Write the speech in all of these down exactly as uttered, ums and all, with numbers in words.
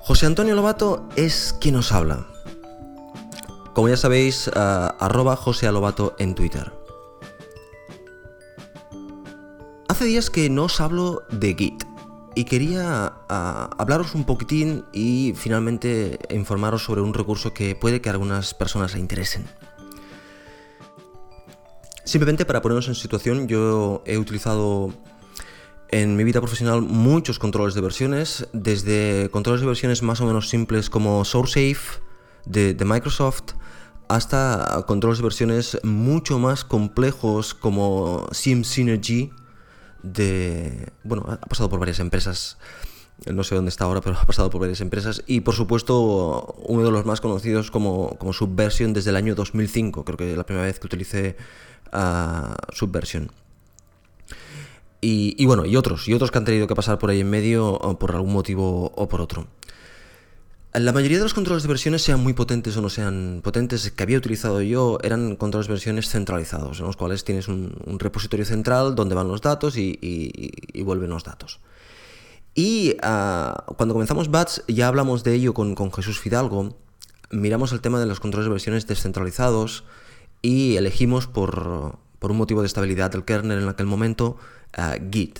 José Antonio Lobato es quien os habla. Como ya sabéis, uh, arroba José Lobato en Twitter. Hace días que no os hablo de Git y quería uh, hablaros un poquitín y finalmente informaros sobre un recurso que puede que a algunas personas le interesen. Simplemente para ponernos en situación, yo he utilizado en mi vida profesional muchos controles de versiones, desde controles de versiones más o menos simples como SourceSafe de, de Microsoft, hasta controles de versiones mucho más complejos como SimSynergy de... bueno, ha pasado por varias empresas, no sé dónde está ahora, pero ha pasado por varias empresas, y por supuesto uno de los más conocidos como, como Subversion desde el año dos mil cinco, creo que es la primera vez que utilicé uh, Subversion. Y, y bueno, y otros, y otros que han tenido que pasar por ahí en medio por algún motivo o por otro. La mayoría de los controles de versiones, sean muy potentes o no sean potentes, que había utilizado yo, eran controles de versiones centralizados, en los cuales tienes un, un repositorio central donde van los datos y, y, y vuelven los datos. Y uh, cuando comenzamos Bats, ya hablamos de ello con, con Jesús Fidalgo, miramos el tema de los controles de versiones descentralizados y elegimos por, por un motivo de estabilidad del kernel en aquel momento, Uh, Git.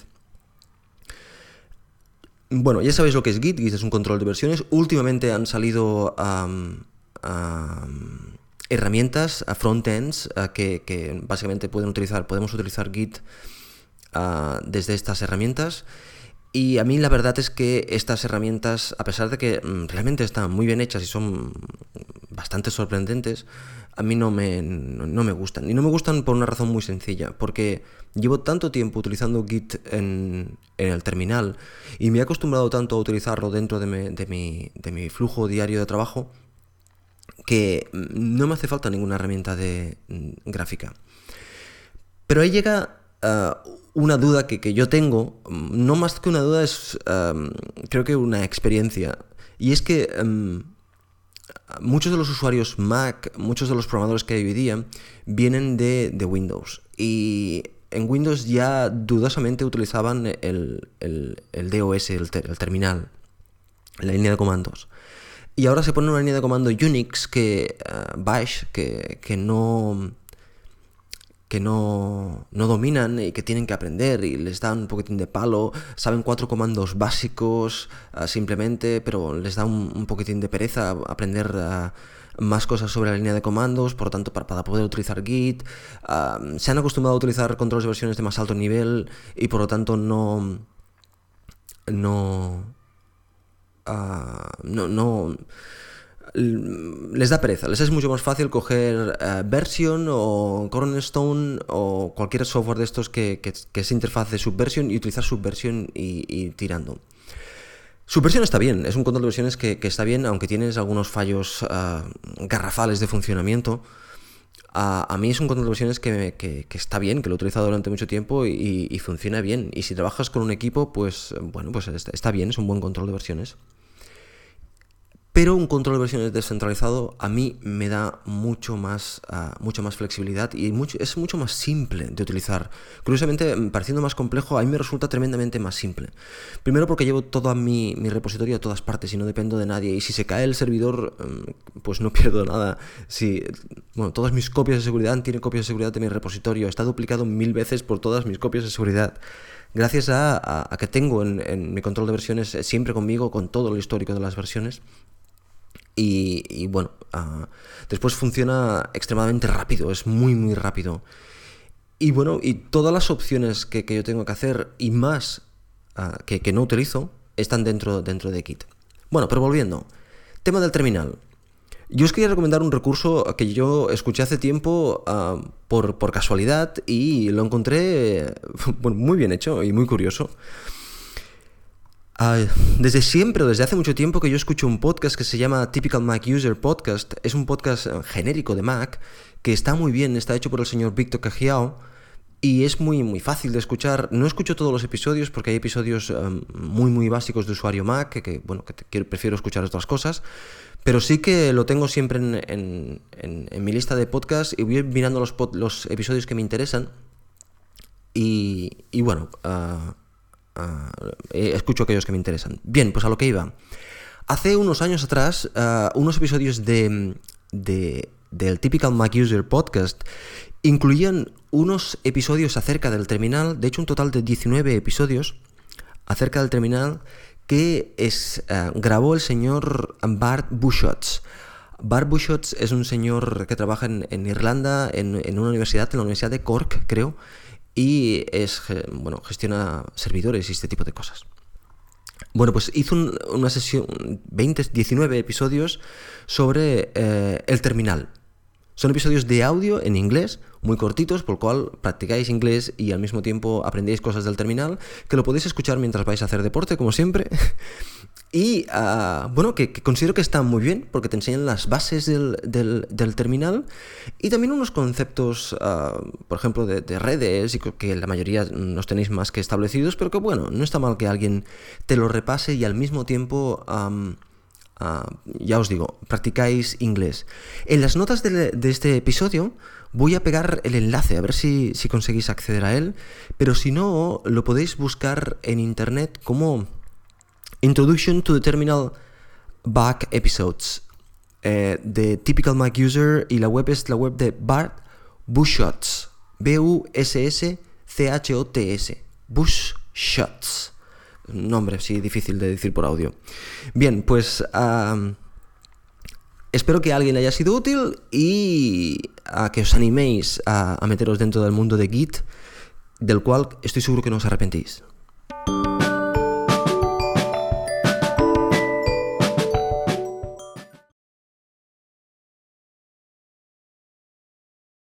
Bueno, ya sabéis lo que es Git. Git es un control de versiones. Últimamente han salido um, um, herramientas, uh, frontends, uh, que, que básicamente pueden utilizar, podemos utilizar Git uh, desde estas herramientas. Y a mí la verdad es que estas herramientas, a pesar de que um, realmente están muy bien hechas y son bastante sorprendentes, a mí no me, no, no me gustan. Y no me gustan por una razón muy sencilla, porque llevo tanto tiempo utilizando Git en, en el terminal y me he acostumbrado tanto a utilizarlo dentro de mi, de, mi, de mi flujo diario de trabajo que no me hace falta ninguna herramienta de gráfica. Pero ahí llega uh, una duda que, que yo tengo, no más que una duda, es um, creo que una experiencia, y es que um, muchos de los usuarios Mac, muchos de los programadores que hay hoy día vienen de, de Windows, y en Windows ya dudosamente utilizaban el, el, el DOS, el, ter, el terminal, la línea de comandos. Y ahora se pone una línea de comando Unix, que uh, Bash, que, que no que no, no dominan y que tienen que aprender, y les dan un poquitín de palo, saben cuatro comandos básicos uh, simplemente, pero les da un, un poquitín de pereza aprender uh, más cosas sobre la línea de comandos. Por lo tanto, para, para poder utilizar Git, uh, se han acostumbrado a utilizar controles de versiones de más alto nivel y por lo tanto no no uh, no, no les da pereza, les es mucho más fácil coger uh, Version o Cornerstone o cualquier software de estos que, que, que es interfaz de Subversion y utilizar Subversion y, y tirando. Subversion está bien, es un control de versiones que, que está bien, aunque tienes algunos fallos uh, garrafales de funcionamiento. Uh, a mí es un control de versiones que, que, que está bien, que lo he utilizado durante mucho tiempo y, y funciona bien. Y si trabajas con un equipo, pues bueno, pues está, está bien, es un buen control de versiones. Pero un control de versiones descentralizado a mí me da mucho más, uh, mucho más flexibilidad y mucho, es mucho más simple de utilizar. Curiosamente, pareciendo más complejo, a mí me resulta tremendamente más simple. Primero porque llevo todo mi, mi repositorio a todas partes y no dependo de nadie. Y si se cae el servidor, pues no pierdo nada. Si, bueno, todas mis copias de seguridad tienen copias de seguridad de mi repositorio. Está duplicado mil veces por todas mis copias de seguridad. Gracias a, a, a que tengo en, en mi control de versiones siempre conmigo, con todo el histórico de las versiones. Y, y bueno, uh, después funciona extremadamente rápido, es muy muy rápido. Y bueno, y todas las opciones que, que yo tengo que hacer y más uh, que, que no utilizo están dentro, dentro de Git. Bueno, pero volviendo, tema del terminal. Yo os quería recomendar un recurso que yo escuché hace tiempo uh, por, por casualidad y lo encontré bueno, muy bien hecho y muy curioso. Uh, desde siempre, o desde hace mucho tiempo que yo escucho un podcast que se llama Typical Mac User Podcast. Es un podcast genérico de Mac que está muy bien, está hecho por el señor Víctor Cajiao y es muy muy fácil de escuchar. No escucho todos los episodios porque hay episodios um, muy muy básicos de usuario Mac que, que bueno que, te, que prefiero escuchar otras cosas, pero sí que lo tengo siempre en, en, en, en mi lista de podcasts y voy mirando los, pod, los episodios que me interesan y, y bueno... Uh, Uh, escucho aquellos que me interesan. Bien, pues a lo que iba. hace unos años atrás, uh, unos episodios de, de, del Typical Mac User Podcast incluían unos episodios acerca del terminal, de hecho un total de diecinueve episodios acerca del terminal que es, uh, grabó el señor Bart Busschots. Bart Busschots es un señor que trabaja en, en Irlanda, en, en una universidad, en la Universidad de Cork, creo, y es, bueno, gestiona servidores y este tipo de cosas. Bueno, pues hizo un, una sesión, veinte, diecinueve episodios sobre eh, el terminal. Son episodios de audio en inglés, muy cortitos, por lo cual practicáis inglés y al mismo tiempo aprendéis cosas del terminal, que lo podéis escuchar mientras vais a hacer deporte, como siempre. Y, uh, bueno, que, que considero que está muy bien, porque te enseñan las bases del, del, del terminal y también unos conceptos, uh, por ejemplo, de, de redes, y que la mayoría los tenéis más que establecidos, pero que, bueno, no está mal que alguien te lo repase y al mismo tiempo... Um, Uh, ya os digo, practicáis inglés. En las notas de, de este episodio voy a pegar el enlace, a ver si, si conseguís acceder a él, pero si no, lo podéis buscar en internet como Introduction to the Terminal Back Episodes eh, de Typical Mac User, y la web es la web de Bart Busschots, B U S S C H O T S, Busschots. Nombre, sí, difícil de decir por audio. Bien, pues uh, espero que a alguien le haya sido útil y a que os animéis a, a meteros dentro del mundo de Git, del cual estoy seguro que no os arrepentís.